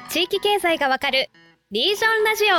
地域経済がわかるリージョンラジ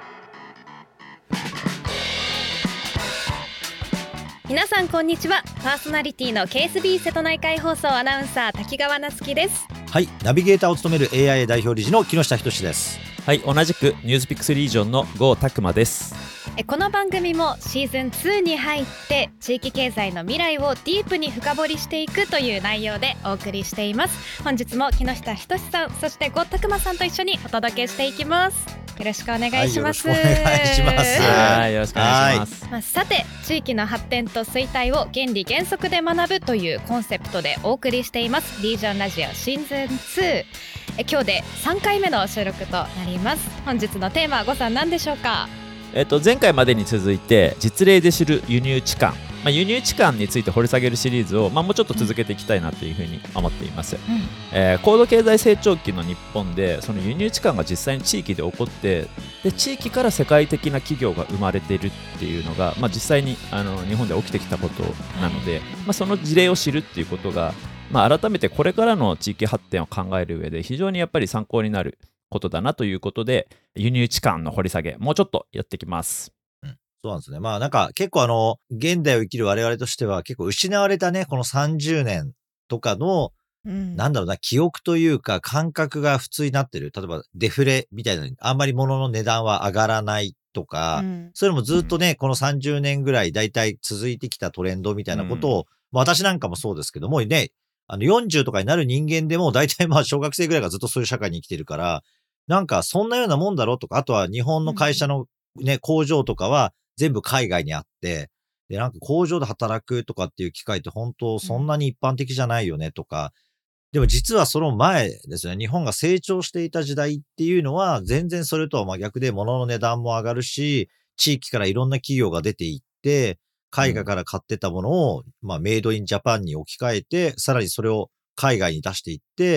オ。皆さんこんにちは。パーソナリティの KSB 瀬戸内海放送アナウンサー滝川夏樹です。 はい、ナビゲーターを務める AIA 代表理事の木下仁です。 はい、同じくニュースピックスリージョンの郷拓馬です。 この番組もシーズン2に入って地域経済の未来をディープに深掘りしていくという内容でお送りしています。本日も木下仁さん、そして郷拓馬さんと一緒にお届けしていきます。よろしくお願いします。 はい、よろしくお願いします。 はい、よろしくお願いします。 さて、地域の発展と衰退を原理原則で学ぶというコンセプトでお送りしていますリージョンラジオシーズン2。今日で3回目の収録となります。本日のテーマは郷さん何でしょうか？ 前回までに続いて実例で知る輸入置換、輸入置換について掘り下げるシリーズを、もうちょっと続けていきたいなというふうに思っています。高度経済成長期の日本でその輸入置換が実際に地域で起こって、で地域から世界的な企業が生まれているっていうのが、実際に日本で起きてきたことなので、その事例を知るっていうことが、改めてこれからの地域発展を考える上で非常にやっぱり参考になることだなということで、輸入置換の掘り下げもうちょっとやってきます。 そうなんですね。なんか結構現代を生きる我々としては結構失われたね、この30年とかの、なんだろうな、記憶というか感覚が普通になってる。例えばデフレみたいな、あんまり物の値段は上がらないとか、それもずっとね、この30年ぐらいだいたい続いてきたトレンドみたいなことを、私なんかもそうですけどもね、40とかになる人間でもだいたい小学生ぐらいがずっとそういう社会に生きてるから、なんかそんなようなもんだろうとか、あとは日本の会社のね、工場とかは全部海外にあって、で、なんか工場で働くとかっていう機会って本当そんなに一般的じゃないよねとか、でも実はその前ですね、日本が成長していた時代っていうのは全然それとは真逆で物の値段も上がるし、地域からいろんな企業が出ていって、海外から買ってたものを、メイドインジャパンに置き換えて、さらにそれを海外に出していって、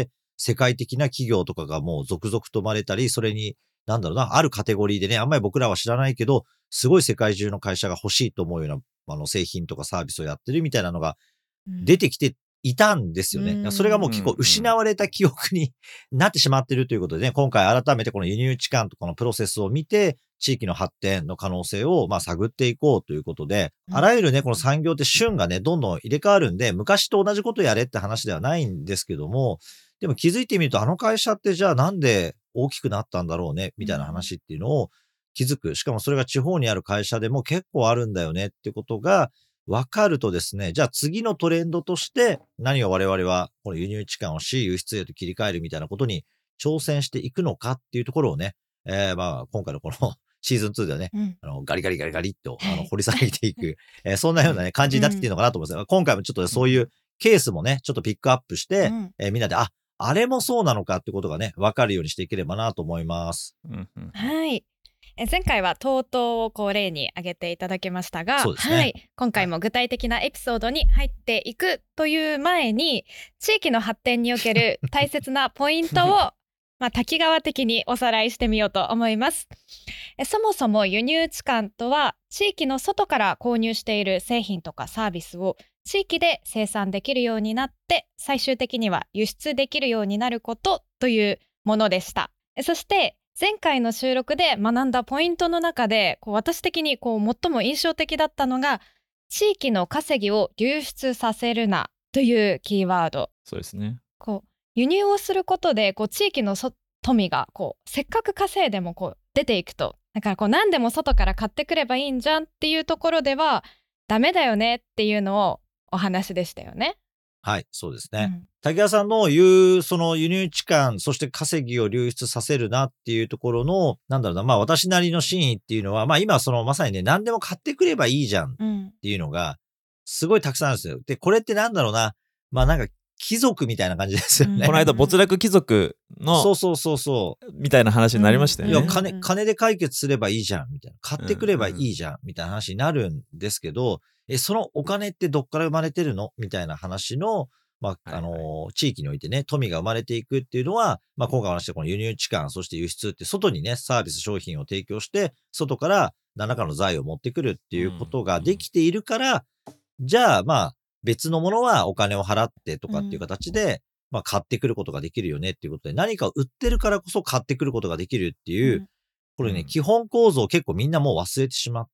世界的な企業とかがもう続々と生まれたり、それに、なんだろうな、あるカテゴリーでね、あんまり僕らは知らないけど、すごい世界中の会社が欲しいと思うような、製品とかサービスをやってるみたいなのが出てきていたんですよね。それがもう結構失われた記憶になってしまってるということでね、今回改めてこの輸入置換とこのプロセスを見て、地域の発展の可能性を探っていこうということで、あらゆるね、この産業って旬がね、どんどん入れ替わるんで、昔と同じことやれって話ではないんですけども、でも気づいてみると、あの会社ってじゃあなんで大きくなったんだろうね、みたいな話っていうのを気づく。しかもそれが地方にある会社でも結構あるんだよねってことが分かるとですね、じゃあ次のトレンドとして何を我々はこの輸入置換をし、輸出へと切り替えるみたいなことに挑戦していくのかっていうところをね、今回のこのシーズン2ではね、ガリガリガリガリっと掘り下げていく、そんなようなね、感じになってきてるのかなと思います。今回もちょっとそういうケースもね、ちょっとピックアップして、みんなで、あれもそうなのかってことがね、分かるようにしていければなと思います。 はい。前回は TOTO を例に挙げていただきましたが、 そうですね。 はい、今回も具体的なエピソードに入っていくという前に、地域の発展における大切なポイントを滝川的におさらいしてみようと思います。そもそも輸入置換とは、地域の外から購入している製品とかサービスを地域で生産できるようになって、最終的には輸出できるようになることというものでした。そして前回の収録で学んだポイントの中で、私的に最も印象的だったのが、地域の稼ぎを流出させるなというキーワード。 そうですね。 輸入をすることで地域の富がせっかく稼いでも出ていくと、だから何でも外から買ってくればいいんじゃんっていうところではダメだよねっていうのをお話でしたよね。 はい、そうですね。滝川さんの言う、その輸入置換、そして稼ぎを流出させるなっていうところの、なんだろうな、私なりの真意っていうのは、今まさにね、何でも買ってくればいいじゃんっていうのが、すごいたくさんあるんですよ。で、これってなんだろうな、なんか貴族みたいな感じですよね。 この間没落貴族の、 そうみたいな話になりましたよね。 金で解決すればいいじゃんみたいな。買ってくればいいじゃんみたいな話になるんですけど、そのお金ってどっから生まれてるのみたいな話の、地域においてね、富が生まれていくっていうのは、今回お話したこの輸入置換、そして輸出って外にね、サービス商品を提供して、外から何らかの財を持ってくるっていうことができているから、じゃあ別のものはお金を払ってとかっていう形で、 まあ買ってくることができるよねっていうことで、何かを売ってるからこそ買ってくることができるっていう、これね、基本構造を結構みんなもう忘れてしまって、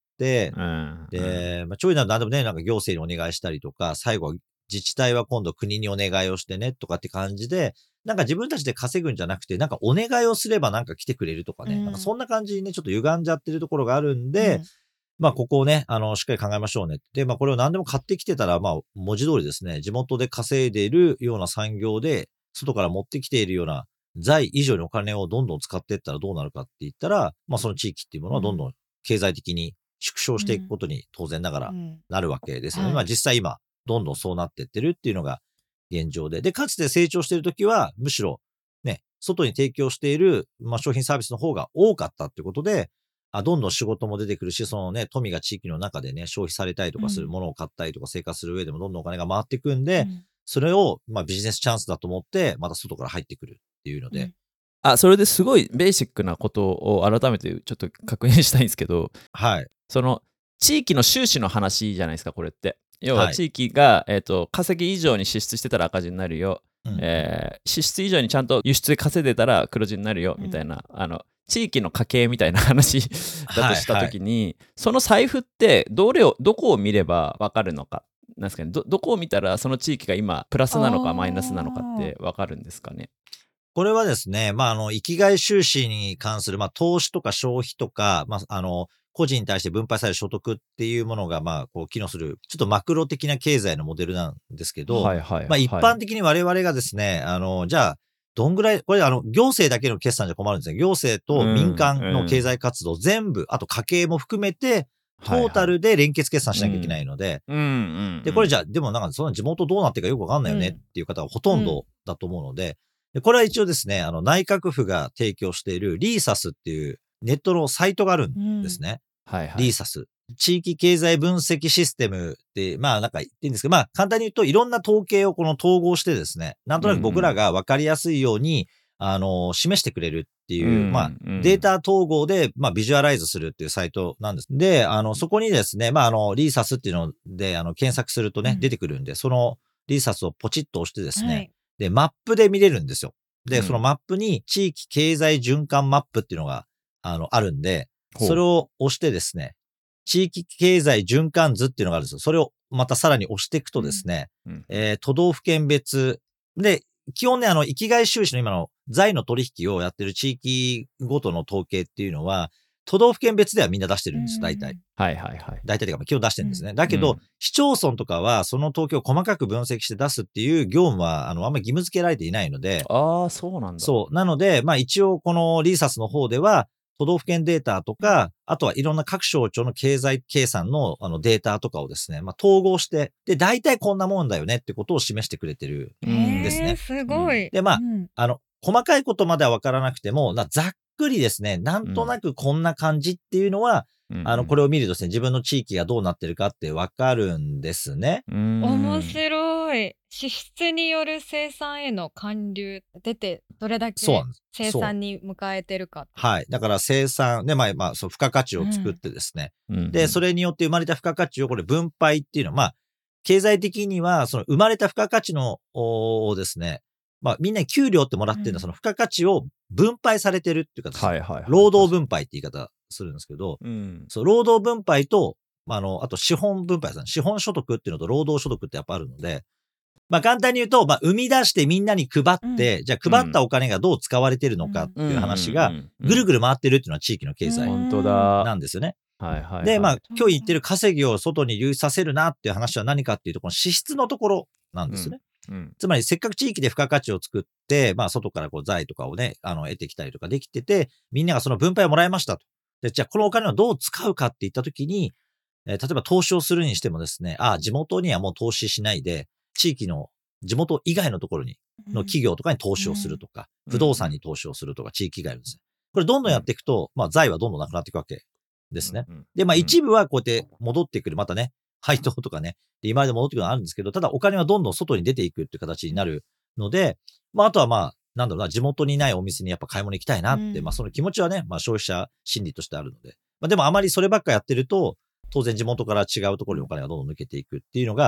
で、まあ、ちょいな何でもね、なんか行政にお願いしたりとか、最後は自治体は今度国にお願いをしてねとかって感じで、なんか自分たちで稼ぐんじゃなくて、なんかお願いをすればなんか来てくれるとかね、なんかそんな感じにね、ちょっと歪んじゃってるところがあるんで、まあここをね、しっかり考えましょうね。で、まあこれを何でも買ってきてたら、まあ文字通りですね、地元で稼いでいるような産業で、外から持ってきているような財以上にお金をどんどん使っていったらどうなるかって言ったら、まあその地域っていうものはどんどん経済的に縮小していくことに当然ながらなるわけですよね。まあ実際今、どんどんそうなっていってるっていうのが現状で。で、かつて成長しているときは、むしろね、外に提供している、まあ、商品サービスの方が多かったってことで、どんどん仕事も出てくるし、そのね、富が地域の中でね、消費されたりとかするものを買ったりとか生活する上でもどんどんお金が回っていくんで、それを、まあ、ビジネスチャンスだと思って、また外から入ってくるっていうので。 それですごいベーシックなことを改めてちょっと確認したいんですけど、 はい。 その、地域の収支の話じゃないですか、これって。要は地域が、稼ぎ以上に支出してたら赤字になるよ。支出以上にちゃんと輸出で稼いでたら黒字になるよ、みたいな、地域の家計みたいな話だとしたときに、その財布ってどこを見れば分かるのか、なんですかね、どこを見たらその地域が今プラスなのかマイナスなのかって分かるんですかね。 これはですね、まあ、生きがい収支に関する、まあ、投資とか消費とか、まあ、個人に対して分配される所得っていうものが、まあ、こう、機能する、ちょっとマクロ的な経済のモデルなんですけど、まあ、一般的に我々がですね、じゃあ、どんぐらい、これ、行政だけの決算じゃ困るんですね。行政と民間の経済活動全部、あと家計も含めて、トータルで連結決算しなきゃいけないので、で、これじゃあ、でもなんか、その地元どうなってるかよくわかんないよねっていう方がほとんどだと思うので、でこれは一応ですね、内閣府が提供しているリーサスっていうネットのサイトがあるんですね。リーサス。地域経済分析システムって、まあなんか言っていいんですけど、まあ簡単に言うといろんな統計をこの統合してですね、なんとなく僕らがわかりやすいように、示してくれるっていう、まあデータ統合で、まあビジュアライズするっていうサイトなんです。で、そこにですね、まあリーサスっていうので、検索するとね、出てくるんで、そのリーサスをポチッと押してですね、で、マップで見れるんですよ。で、そのマップに地域経済循環マップっていうのが、あるんで、それを押してですね、地域経済循環図っていうのがあるんですよ。それをまたさらに押していくとですね、都道府県別で、基本ね、生きがい収支の今の財の取引をやってる地域ごとの統計っていうのは、都道府県別ではみんな出してるんです、大体。大体というか、基本出してるんですね。だけど、市町村とかは、その統計を細かく分析して出すっていう業務は、あんまり義務付けられていないので。 そうなんだ。 そう。なので、まあ一応、このリーサスの方では、都道府県データとか、あとはいろんな各省庁の経済計算のデータとかをですね、まあ統合して、で、大体こんなもんだよねってことを示してくれてるんですね。 すごい。 で、まあ、細かいことまでは分からなくても、ざっくりですね、なんとなくこんな感じっていうのは、これを見るとですね、自分の地域がどうなってるかって分かるんですね。 面白い。支出による生産への還流出て、どれだけ生産に迎えてるか。 はい。だから生産で、まあ、そう、付加価値を作ってですね。で、それによって生まれた付加価値をこれ分配っていうのは、まあ、経済的には、その生まれた付加価値の、をですね、まあ、みんなに給料ってもらってるのは、その付加価値を分配されてるっていう形で、労働分配って言い方するんですけど、そう、労働分配と、あと資本分配ですね。資本所得っていうのと労働所得ってやっぱあるので、まあ簡単に言うと、まあ生み出してみんなに配って、じゃあ配ったお金がどう使われてるのかっていう話が、ぐるぐる回ってるっていうのは地域の経済なんですよね。で、まあ今日言ってる稼ぎを外に流出させるなっていう話は何かっていうと、この支出のところなんですよね。つまりせっかく地域で付加価値を作って、まあ外からこう財とかをね、得てきたりとかできてて、みんながその分配をもらいましたと。で、じゃあこのお金をどう使うかって言ったときに、例えば投資をするにしてもですね、地元にはもう投資しないで、地域の地元以外のところに、の企業とかに投資をするとか、不動産に投資をするとか、地域以外のですね。これどんどんやっていくと、まあ財はどんどんなくなっていくわけですね。で、まあ一部はこうやって戻ってくる、またね、配当とかね、利回りで戻ってくるのがあるんですけど、ただお金はどんどん外に出ていくっていう形になるので、まああとはまあ、なんだろうな、地元にないお店にやっぱ買い物行きたいなって、まあその気持ちはね、まあ消費者心理としてあるので。まあでもあまりそればっかやってると、当然地元から違うところにお金がどんどん抜けていくっていうのが、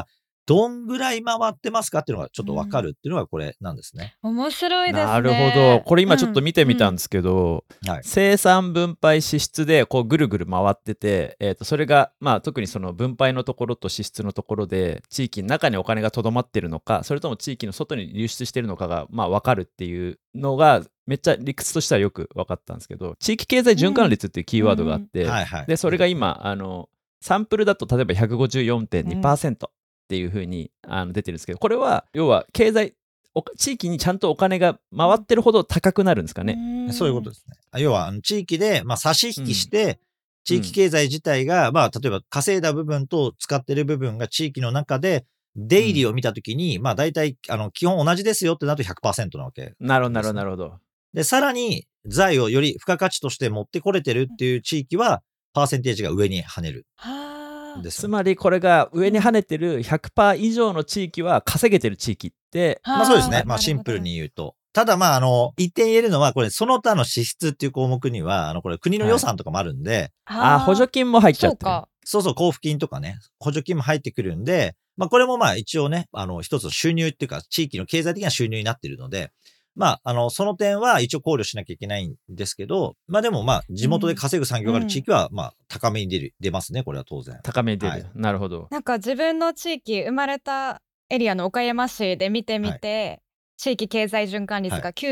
どんぐらい回ってますかっていうのがちょっとわかるっていうのがこれなんですね。 面白いですね。 なるほど。これ今ちょっと見てみたんですけど、 はい。 生産分配支出でこうぐるぐる回ってて、それがまあ特にその分配のところと支出のところで地域の中にお金がとどまってるのか、それとも地域の外に流出してるのかがまあ分かるっていうのがめっちゃ理屈としてはよく分かったんですけど、地域経済循環率っていうキーワードがあって、 はいはい。 でそれが今サンプルだと例えば 154.2% っていう風に出てるんですけど、これは要は経済地域にちゃんとお金が回ってるほど高くなるんですかね。 そういうことですね。要は地域で、まあ、差し引きして、地域経済自体が、まあ、例えば稼いだ部分と使ってる部分が地域の中で出入りを見たときに、まあ大体基本同じですよってなると 100% なわけ。 なるほどなるほど。 で、さらに財をより付加価値として持ってこれてるっていう地域は、パーセンテージが上に跳ねる。 つまりこれが上に跳ねてる 100% 以上の地域は稼げてる地域って、 まあそうですね。まあシンプルに言うと。ただまあ一点言えるのは、これその他の支出っていう項目には、これ国の予算とかもあるんで。 補助金も入っちゃってる。 そうそう、交付金とかね、補助金も入ってくるんで、まあこれもまあ一応ね、一つの収入っていうか、地域の経済的な収入になっているので、まあ、その点は一応考慮しなきゃいけないんですけど、まあでもまあ、地元で稼ぐ産業がある地域は、まあ、高めに出ますね、これは当然。 高めに出る。はい、なるほど。 なんか自分の地域、生まれたエリアの岡山市で見てみて、はい、地域経済循環率が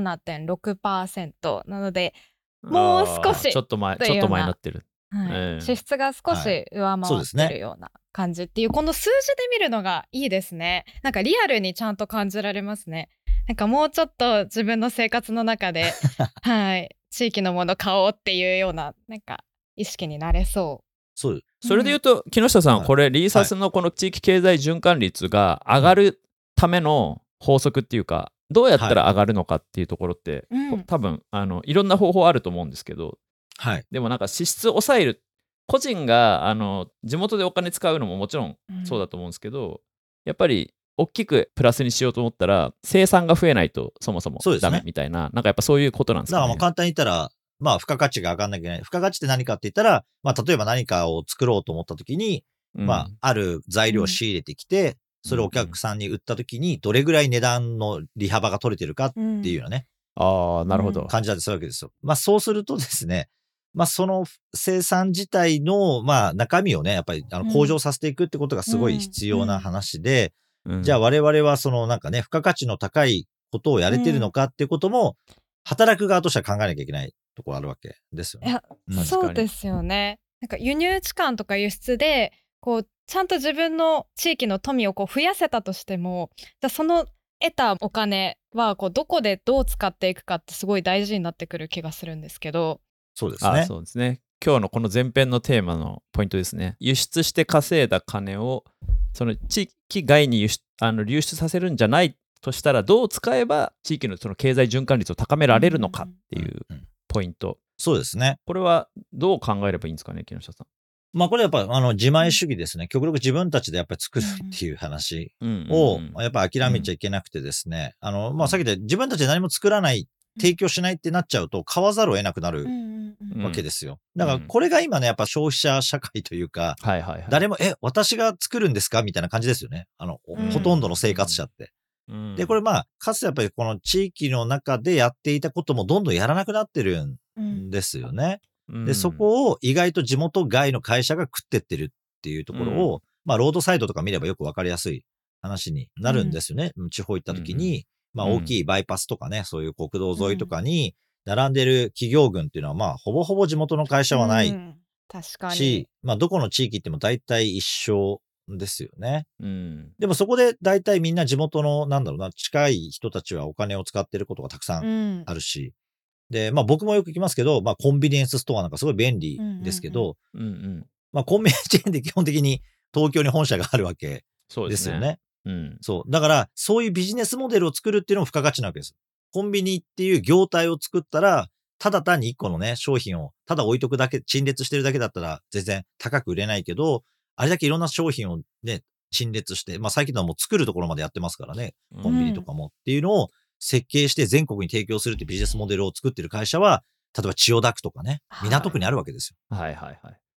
97.6% なので、もう少しちょっと前になってる。 はい、支出が少し上回ってるような感じっていう、この数字で見るのがいいですね。なんかリアルにちゃんと感じられますね。なんかもうちょっと自分の生活の中で、はい、地域のもの買おうっていうような、なんか意識になれそう。 そう。 それで言うと、木下さん、これリーサスのこの地域経済循環率が上がるための法則っていうか、どうやったら上がるのかっていうところって、多分いろんな方法あると思うんですけど、 はい、 でもなんか支出を抑える、個人が地元でお金使うのももちろんそうだと思うんですけど、やっぱり大きくプラスにしようと思ったら生産が増えないとそもそもダメみたいな、なんかやっぱそういうことなんですかね。 だからもう簡単に言ったら、まあ付加価値が上がんなきゃいけない。付加価値って何かって言ったら、まあ例えば何かを作ろうと思った時に、まあある材料を仕入れてきて、それをお客さんに売った時にどれぐらい値段の利幅が取れてるかっていうようなね。 ああ、なるほど。 感じだってするわけですよ。まあそうするとですね、まあその生産自体のまあ中身をね、やっぱり向上させていくってことがすごい必要な話で、じゃあ我々はそのなんかね、付加価値の高いことをやれてるのかっていうことも、働く側としては考えなきゃいけないところあるわけですよね。 いや、そうですよね。なんか輸入置換とか輸出で、こう、ちゃんと自分の地域の富をこう増やせたとしても、じゃあその得たお金はこうどこでどう使っていくかってすごい大事になってくる気がするんですけど。 そうですね。 そうですね。今日のこの前編のテーマのポイントですね。輸出して稼いだ金をその地域外に流出させるんじゃないとしたら、どう使えば地域のその経済循環率を高められるのかっていうポイント。 そうですね。 これはどう考えればいいんですかね、木下さん。 まあこれやっぱ自前主義ですね。極力自分たちでやっぱり作るっていう話をやっぱ諦めちゃいけなくてですね。まあさっきで自分たちで何も作らない、提供しないってなっちゃうと買わざるを得なくなるわけですよ。だからこれが今ね、やっぱ消費者社会というか、誰も私が作るんですかみたいな感じですよね。ほとんどの生活者って。で、これまあ、かつてやっぱりこの地域の中でやっていたこともどんどんやらなくなってるんですよね。で、そこを意外と地元外の会社が食ってってるっていうところを、まあ、ロードサイドとか見ればよくわかりやすい話になるんですよね。地方行った時に、まあ、大きいバイパスとかね、そういう国道沿いとかに並んでる企業群っていうのは、まあ、ほぼほぼ地元の会社はない確かにし、まあ、どこの地域行っても大体一緒ですよね。でもそこで大体みんな地元の、なんだろうな、近い人たちはお金を使ってることがたくさんあるし、で、まあ僕もよく行きますけど、まあコンビニエンスストアなんかすごい便利ですけど、まあコンビニチェーンで基本的に東京に本社があるわけですよね。そう。だから、そういうビジネスモデルを作るっていうのも付加価値なわけです。コンビニっていう業態を作ったら、ただ単に一個のね、商品をただ置いとくだけ、陳列してるだけだったら全然高く売れないけど、あれだけいろんな商品をね、陳列して、まあ最近のはもう作るところまでやってますからね、コンビニとかもっていうのを設計して全国に提供するってビジネスモデルを作ってる会社は、例えば千代田区とかね、港区にあるわけですよ。 はいはいはい。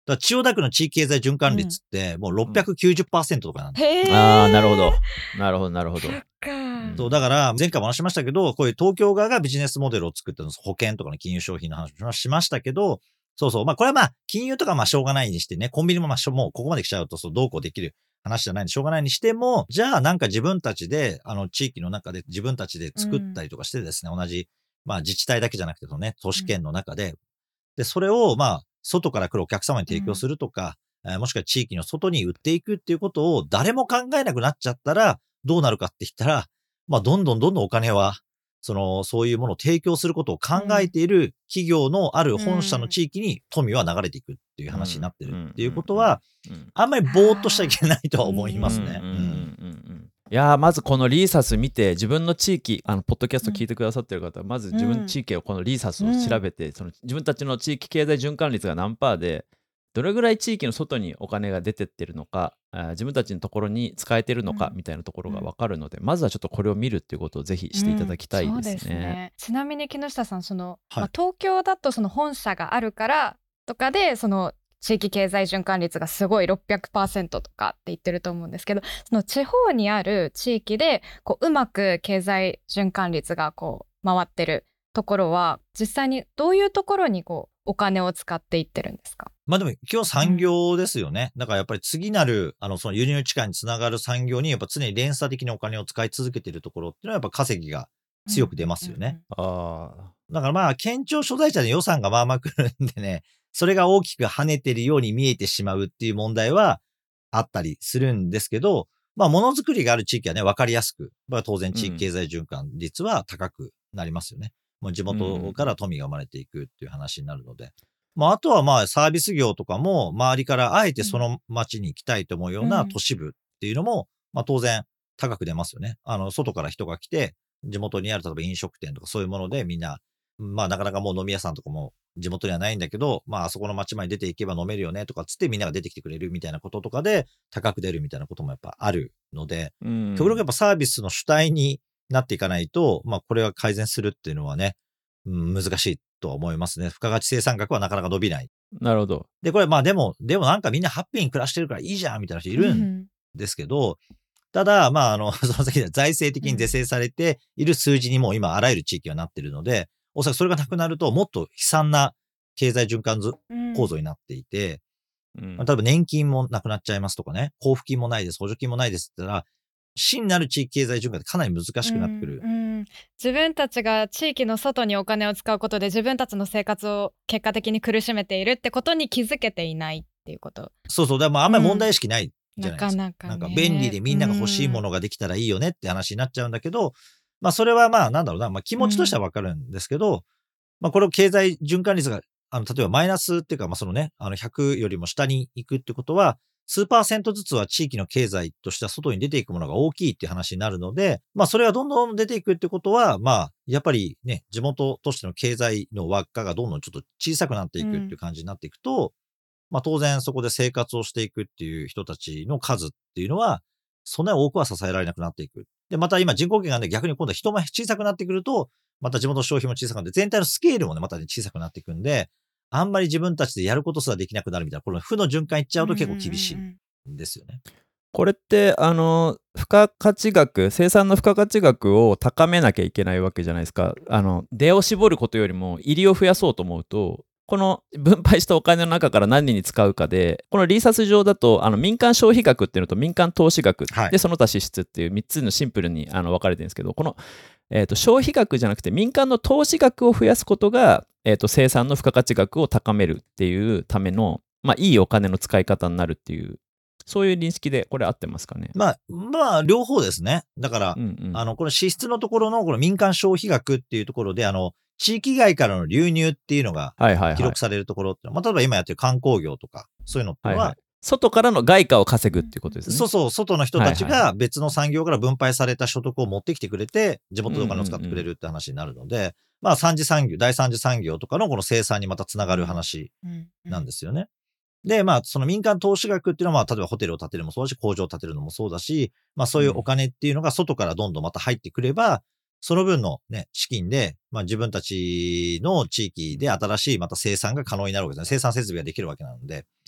だから千代田区の地域経済循環率ってもう690% とかなんです。 へああ、なるほど。なるほど、なるほど。 そう、だから前回も話しましたけど、こういう東京側がビジネスモデルを作ってるの、保険とかの金融商品の話もしましたけど、そうそう。まあこれはまあ金融とかまあしょうがないにしてね、コンビニもまあもうここまで来ちゃうとそうどうこうできる話じゃないんでしょうがないにしても、じゃあなんか自分たちで、地域の中で自分たちで作ったりとかしてですね、同じ、まあ自治体だけじゃなくてね、都市圏の中で、で、それをまあ外から来るお客様に提供するとか、もしくは地域の外に売っていくっていうことを誰も考えなくなっちゃったら、どうなるかって言ったら、まあどんどんお金は、そういうものを提供することを考えている企業のある本社の地域に富は流れていくっていう話になってるっていうことは、あんまりぼーっとしちゃいけないとは思いますね。 いやー、まずこのリーサス見て、自分の地域、ポッドキャスト聞いてくださってる方は、まず自分の地域をこのリーサスを調べて、その自分たちの地域経済循環率が何パーで、どれぐらい地域の外にお金が出てってるのか、自分たちのところに使えてるのかみたいなところが分かるので、まずはちょっとこれを見るっていうことをぜひしていただきたいですね。 そうですね。ちなみに木下さん、 はい東京だとその本社があるからとかで、その地域経済循環率がすごい 600% とかって言ってると思うんですけど、その地方にある地域でうまく経済循環率が回ってるところは、実際にどういうところにお金を使っていってるんですか？ まあでも基本産業ですよね。だからやっぱり次なる、その輸入地下につながる産業にやっぱ常に連鎖的にお金を使い続けているところっていうのはやっぱ稼ぎが強く出ますよね。だからまあ県庁所在地で予算がまあまあ来るんでね、それが大きく跳ねてるように見えてしまうっていう問題はあったりするんですけど、まあものづくりがある地域はね、わかりやすく、まあ当然地域経済循環率は高くなりますよね。もう地元から富が生まれていくっていう話になるので。まあ、あとはまあ、サービス業とかも、周りからあえてその街に行きたいと思うような都市部っていうのも、まあ当然高く出ますよね。外から人が来て、地元にある例えば飲食店とかそういうものでみんな、まあなかなかもう飲み屋さんとかも地元にはないんだけど、まああそこの街まで出ていけば飲めるよねとかつってみんなが出てきてくれるみたいなこととかで高く出るみたいなこともやっぱあるので、極力やっぱサービスの主体になっていかないと、まあこれは改善するっていうのはね、難しいとは思いますね。付加価値生産額はなかなか伸びない。 なるほど。 で、これまあでもなんかみんなハッピーに暮らしてるからいいじゃんみたいな人いるんですけど、ただ、まあその先で財政的に是正されている数字にも今あらゆる地域はなっているので、おそらくそれがなくなるともっと悲惨な経済循環構造になっていて、例えば年金もなくなっちゃいますとかね、交付金もないです、補助金もないですって言ったら、真なる地域経済循環ってかなり難しくなってくる。 自分たちが地域の外にお金を使うことで自分たちの生活を結果的に苦しめているってことに気づけていないっていうこと。 そうそう。だからあんまり問題意識ないじゃないですか。 なかなかね。 なんか便利でみんなが欲しいものができたらいいよねって話になっちゃうんだけど、まあそれはまあなんだろうな、まあ気持ちとしてはわかるんですけど、まあこれを経済循環率が、例えばマイナスっていうか、まあそのね、100よりも下に行くってことは、数パーセントずつは地域の経済としては外に出ていくものが大きいっていう話になるので、まあそれがどんどん出ていくってことは、まあやっぱりね、地元としての経済の輪っかがどんどんちょっと小さくなっていくっていう感じになっていくと、まあ当然そこで生活をしていくっていう人たちの数っていうのは、そんなに多くは支えられなくなっていく。で、また今人口減がね、逆に今度は人も小さくなってくると、また地元の消費も小さくなって、全体のスケールもね、またね、小さくなっていくんで、あんまり自分たちでやることすらできなくなるみたいな、この負の循環いっちゃうと結構厳しいんですよね。 これって付加価値額、生産の付加価値額を高めなきゃいけないわけじゃないですか。出を絞ることよりも入りを増やそうと思うと、この分配したお金の中から何に使うかで、このリーサス上だと民間消費額っていうのと民間投資額、 はい、 でその他支出っていう3つのシンプルに分かれてるんですけど、この、消費額じゃなくて民間の投資額を増やすことが、生産の付加価値額を高めるっていうための、まあ、いいお金の使い方になるっていう、そういう認識でこれ合ってますかね。 まあ、両方ですね。だから、この支出のところのこの民間消費額っていうところで、地域外からの流入っていうのが記録されるところって、まあ、例えば今やってる観光業とか、そういうのってのは、 外からの外貨を稼ぐっていうことですね。 そうそう、外の人たちが別の産業から分配された所得を持ってきてくれて、地元でお金を使ってくれるって話になるので、まあ三次産業、第三次産業とかのこの生産にまたつながる話なんですよね。で、まあその民間投資額っていうのは、例えばホテルを建てるのもそうだし、工場を建てるのもそうだし、まあそういうお金っていうのが外からどんどんまた入ってくれば、その分のね、資金で、まあ自分たちの地域で新しいまた生産が可能になるわけですね。生産設備ができるわけなので。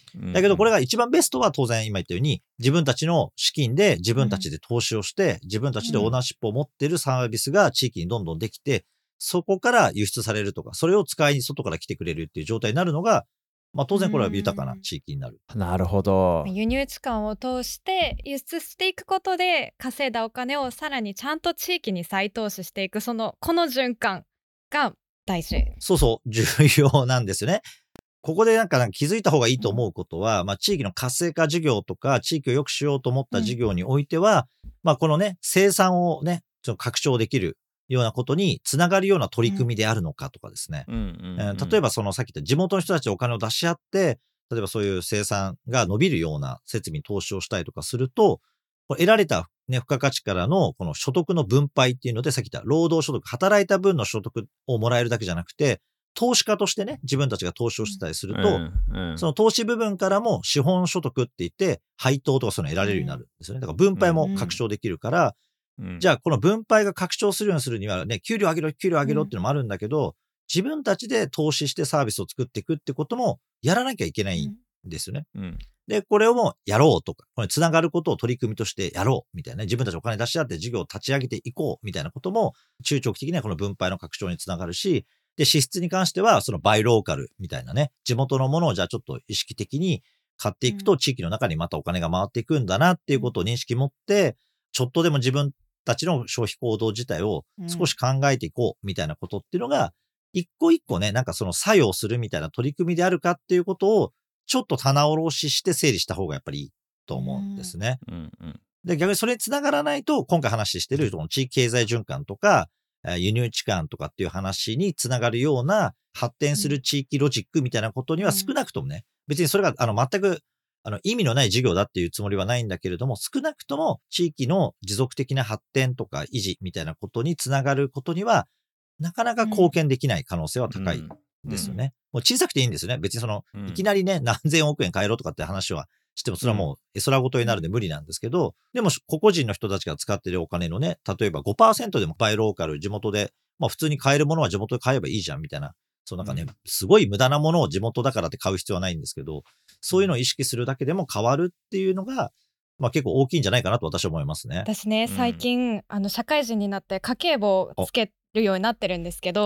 だけどこれが一番ベストは当然今言ったように自分たちの資金で自分たちで投資をして自分たちでオーナーシップを持っているサービスが地域にどんどんできてそこから輸出されるとかそれを使いに外から来てくれるっていう状態になるのが当然これは豊かな地域になる。 なるほど。 輸入地間を通して輸出していくことで稼いだお金をさらにちゃんと地域に再投資していくこの循環が大事。 そう重要なんですよね。ここでなんか気づいた方がいいと思うことは、地域の活性化事業とか地域を良くしようと思った事業においては、このね生産をねちょっと拡張できるようなことにつながるような取り組みであるのかとかですね。例えばそのさっき言った地元の人たちお金を出し合って例えばそういう生産が伸びるような設備に投資をしたりとかすると得られた、ね、付加価値からのこの所得の分配っていうのでさっき言った労働所得働いた分の所得をもらえるだけじゃなくて投資家としてね自分たちが投資をしてたりすると、その投資部分からも資本所得って言って配当とかそういうのを得られるようになるんですよね。だから分配も拡張できるから、じゃあこの分配が拡張するようにするにはね給料上げろっていうのもあるんだけど、自分たちで投資してサービスを作っていくってこともやらなきゃいけないんですよね。でこれをもうやろうとかこれつながることを取り組みとしてやろうみたいなね自分たちお金出し合って事業を立ち上げていこうみたいなことも中長期的にはこの分配の拡張につながるし、で支出に関してはそのバイローカルみたいなね地元のものをじゃあちょっと意識的に買っていくと地域の中にまたお金が回っていくんだなっていうことを認識持ってちょっとでも自分たちの消費行動自体を少し考えていこうみたいなことっていうのが一個一個ねなんかその作用するみたいな取り組みであるかっていうことをちょっと棚卸しして整理した方がやっぱりいいと思うんですね。で逆にそれにつながらないと今回話してるこの地域経済循環とか輸入地間とかっていう話につながるような発展する地域ロジックみたいなことには少なくともね、別にそれが全く意味のない事業だっていうつもりはないんだけれども、少なくとも地域の持続的な発展とか維持みたいなことにつながることにはなかなか貢献できない可能性は高いですよね。もう小さくていいんですよね。別にいきなりね何千億円変えろとかって話はしてもそれはもう絵空事になるんで無理なんですけど、でも個々人の人たちが使っているお金のね例えば 5% でもバイローカル地元で普通に買えるものは地元で買えばいいじゃんみたいな、そうなんかねすごい無駄なものを地元だからって買う必要はないんですけど、そういうのを意識するだけでも変わるっていうのが結構大きいんじゃないかなと私は思いますね。 私ね最近社会人になって家計簿をつけるようになってるんですけど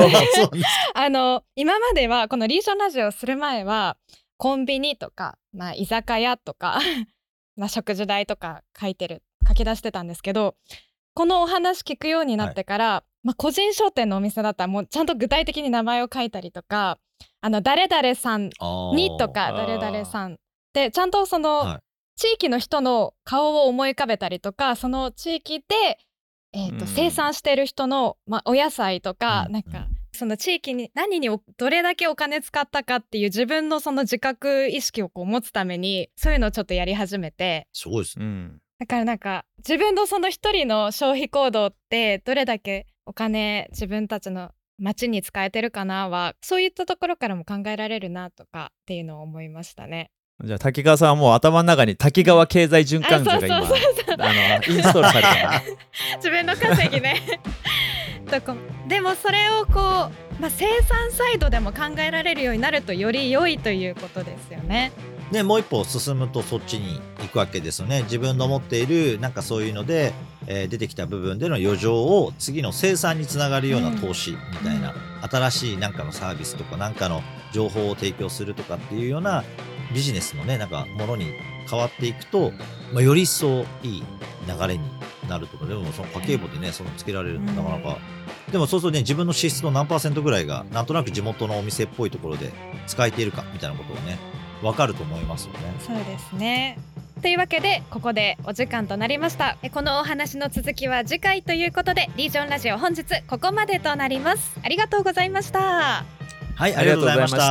今まではこのリージョンラジオをする前はコンビニとか、居酒屋とか食事代とか書き出してたんですけど、このお話聞くようになってから、個人商店のお店だったらもうちゃんと具体的に名前を書いたりとか誰々さんにとか誰々さんでちゃんとその地域の人の顔を思い浮かべたりとか、その地域で、生産してる人の、お野菜とか、なんかその地域に何にどれだけお金使ったかっていう自分のその自覚意識を持つためにそういうのをちょっとやり始めて、 すごいですね。だからなんか自分のその一人の消費行動ってどれだけお金自分たちの町に使えてるかなはそういったところからも考えられるなとかっていうのを思いましたね。 じゃあ滝川さんはもう頭の中に滝川経済循環図が今インストールされた自分の稼ぎねでもそれを生産サイドでも考えられるようになるとより良いということですよね。 でもう一歩進むとそっちに行くわけですよね。自分の持っているなんかそういうので、出てきた部分での余剰を次の生産につながるような投資みたいな、新しいなんかのサービスとかなんかの情報を提供するとかっていうようなビジネスのねなんかものに変わっていくと、より一層いい流れになるとか。でもその家計簿でねそのつけられるのなかなか、でもそうするとね自分の支出の何%ぐらいがなんとなく地元のお店っぽいところで使えているかみたいなことをね分かると思いますよね。 そうですね。というわけでここでお時間となりました。このお話の続きは次回ということで、リージョンラジオ本日ここまでとなります。ありがとうございました。 はい、ありがとうございました。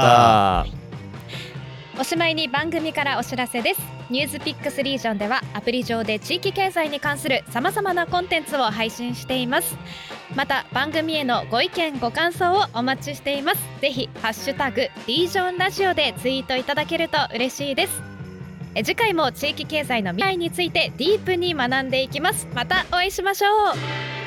おしまいに番組からお知らせです。ニュースピックスリージョンではアプリ上で地域経済に関する様々なコンテンツを配信しています。また番組へのご意見ご感想をお待ちしています。ぜひハッシュタグリージョンラジオでツイートいただけると嬉しいです。次回も地域経済の未来についてディープに学んでいきます。またお会いしましょう。